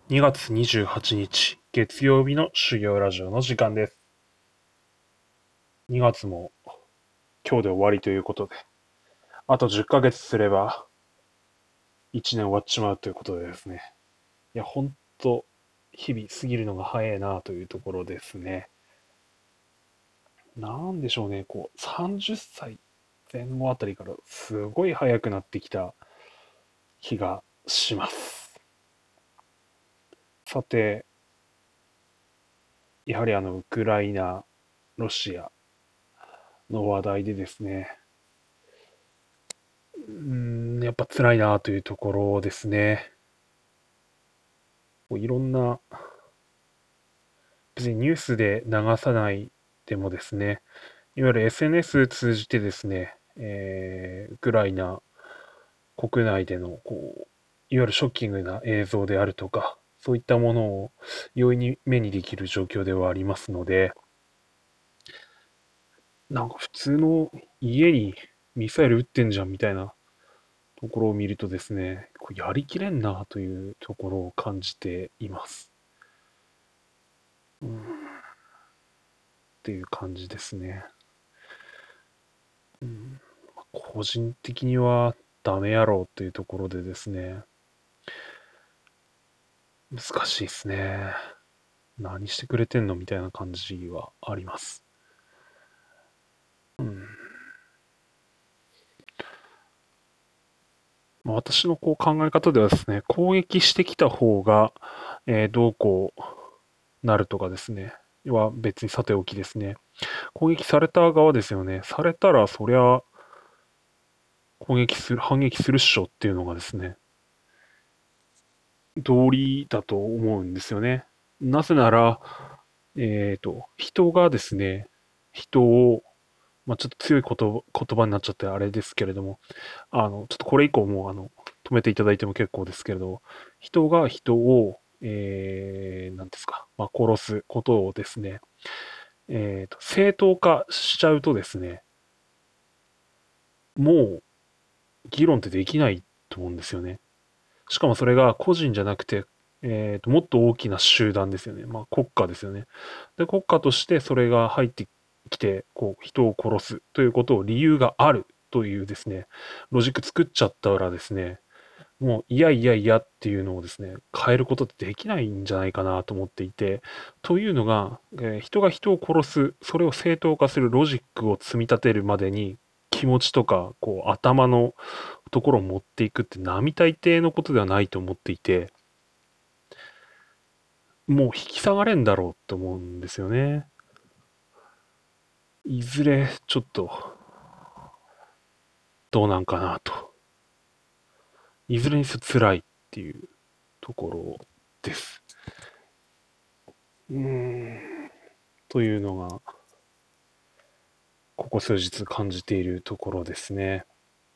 2月28日、月曜日の修行ラジオの時間です。2月も今日で終わりということで、あと10ヶ月すれば1年終わっちまうということでですね。いや、ほんと、日々過ぎるのが早いなというところですね。なんでしょうね、30歳前後あたりからすごい早くなってきた気がします。さて、やはりウクライナ、ロシアの話題でですね、やっぱ辛いなというところですね。いろんな、別にニュースで流さないでもですね、いわゆる SNS 通じてですね、ウクライナ国内での、いわゆるショッキングな映像であるとか、そういったものを容易に目にできる状況ではありますので、なんか普通の家にミサイル撃ってんじゃんみたいなところを見るとですね、やりきれんなというところを感じています。っていう感じですね。個人的にはダメやろうというところでですね、難しいですね。何してくれてんのみたいな感じはあります。うん。私の考え方ではですね、攻撃してきた方が、どうなるとかですね、は別にさておきですね。攻撃された側ですよね。されたらそりゃ反撃するっしょっていうのがですね、道理だと思うんですよね。なぜなら、人がですね、人を、ちょっと強い言葉になっちゃってあれですけれども、ちょっとこれ以降も止めていただいても結構ですけれど、人が人を、なんですか、殺すことをですね、正当化しちゃうとですね、もう議論ってできないと思うんですよね。しかもそれが個人じゃなくて、もっと大きな集団ですよね。国家ですよね。で、国家としてそれが入ってきて、人を殺すということを理由があるというですね、ロジック作っちゃったらですね、もう、いやいやいやっていうのをですね、変えることってできないんじゃないかなと思っていて、というのが、人が人を殺す、それを正当化するロジックを積み立てるまでに、気持ちとか、頭のところを持っていくって並大抵のことではないと思っていて、もう引き下がれんだろうと思うんですよね。いずれちょっとどうなんかなと。いずれにせよ辛いっていうところです。うーん。というのが、ここ数日感じているところですね。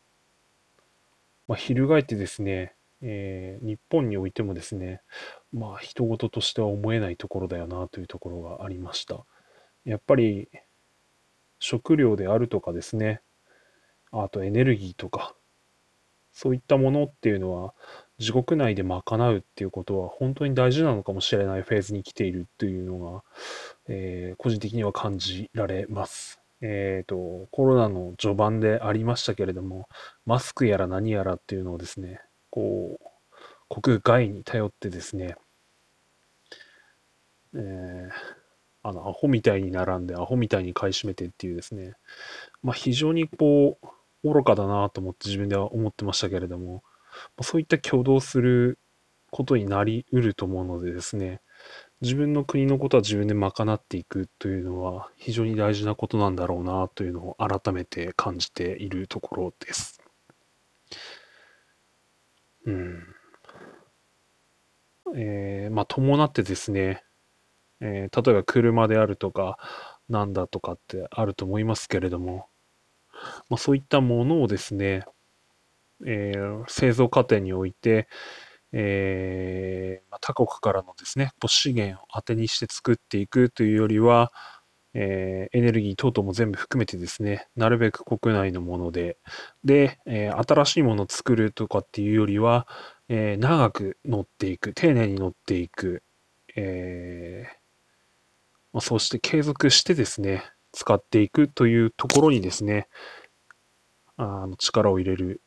翻ってですね、日本においてもですね、人事としては思えないところだよなというところがありました。やっぱり食料であるとかですね、あとエネルギーとか、そういったものっていうのは、自国内で賄うっていうことは本当に大事なのかもしれないフェーズに来ているというのが、個人的には感じられます。コロナの序盤でありましたけれども、マスクやら何やらっていうのをですね、国外に頼ってですね、えーアホみたいに並んで、アホみたいに買い占めてっていうですね、非常に愚かだなと思って自分では思ってましたけれども、そういった挙動することになり得ると思うのでですね、自分の国のことは自分で賄っていくというのは非常に大事なことなんだろうなというのを改めて感じているところです。うん。伴ってですね、例えば車であるとか、なんだとかってあると思いますけれども、そういったものをですね、製造過程において、他国からのですね、資源を当てにして作っていくというよりは、 エネルギー等々も全部含めてですね、なるべく国内のもので、新しいものを作るとかっていうよりは、長く乗っていく、丁寧に乗っていく、えーまあ、そうして継続してですね、使っていくというところにですね、力を入れる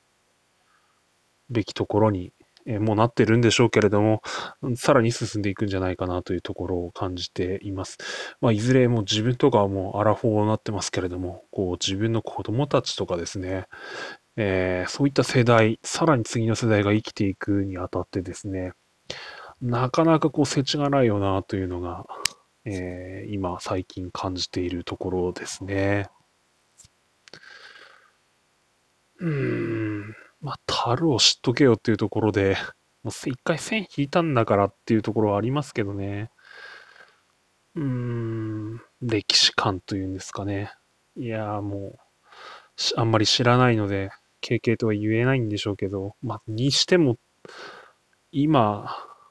べきところに、もうなってるんでしょうけれども、さらに進んでいくんじゃないかなというところを感じています。まあ、いずれもう自分とかはもうアラフォーになってますけれども、こう自分の子供たちとかですね、そういった世代、さらに次の世代が生きていくにあたってですね、なかなかこう世知がないよなというのが、今最近感じているところですね。うーん。まあ、樽を知っとけよっていうところで、もう一回線引いたんだからっていうところはありますけどね。歴史観というんですかね。いやーもう、あんまり知らないので、経験とは言えないんでしょうけど、まあ、にしても、今、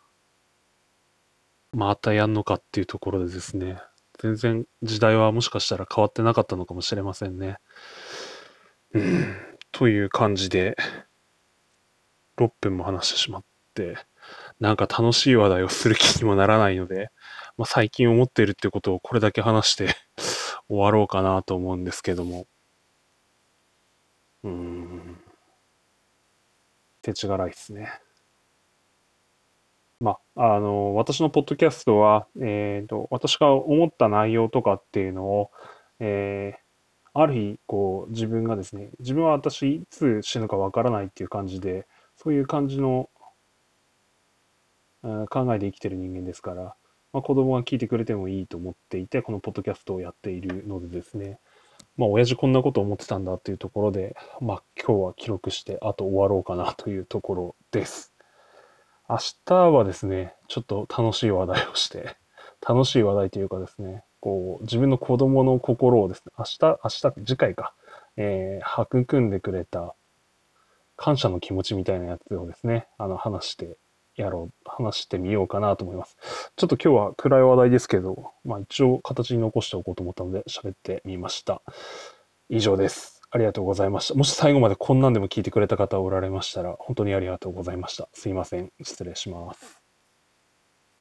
またやんのかっていうところでですね、全然時代はもしかしたら変わってなかったのかもしれませんね。うん。という感じで、6分も話してしまって、なんか楽しい話題をする気にもならないので、まあ、最近思っているっていうことをこれだけ話して終わろうかなと思うんですけども。うーん、手ちがらいですね。まあ、私のポッドキャストは、私が思った内容とかっていうのを、えある日、こう、自分がですね、自分は私、いつ死ぬかわからないっていう感じで、そういう感じの、考えで生きてる人間ですから、まあ、子供が聞いてくれてもいいと思っていて、このポッドキャストをやっているのでですね、まあ、親父こんなこと思ってたんだっていうところで、まあ、今日は記録して、あと終わろうかなというところです。明日はですね、ちょっと楽しい話題をして、楽しい話題というかですね、こう、自分の子供の心をですね、次回か、育んでくれた感謝の気持ちみたいなやつをですね、話してみようかなと思います。ちょっと今日は暗い話題ですけど、まあ一応形に残しておこうと思ったので喋ってみました。以上です。ありがとうございました。もし最後までこんなんでも聞いてくれた方おられましたら、本当にありがとうございました。すいません。失礼します。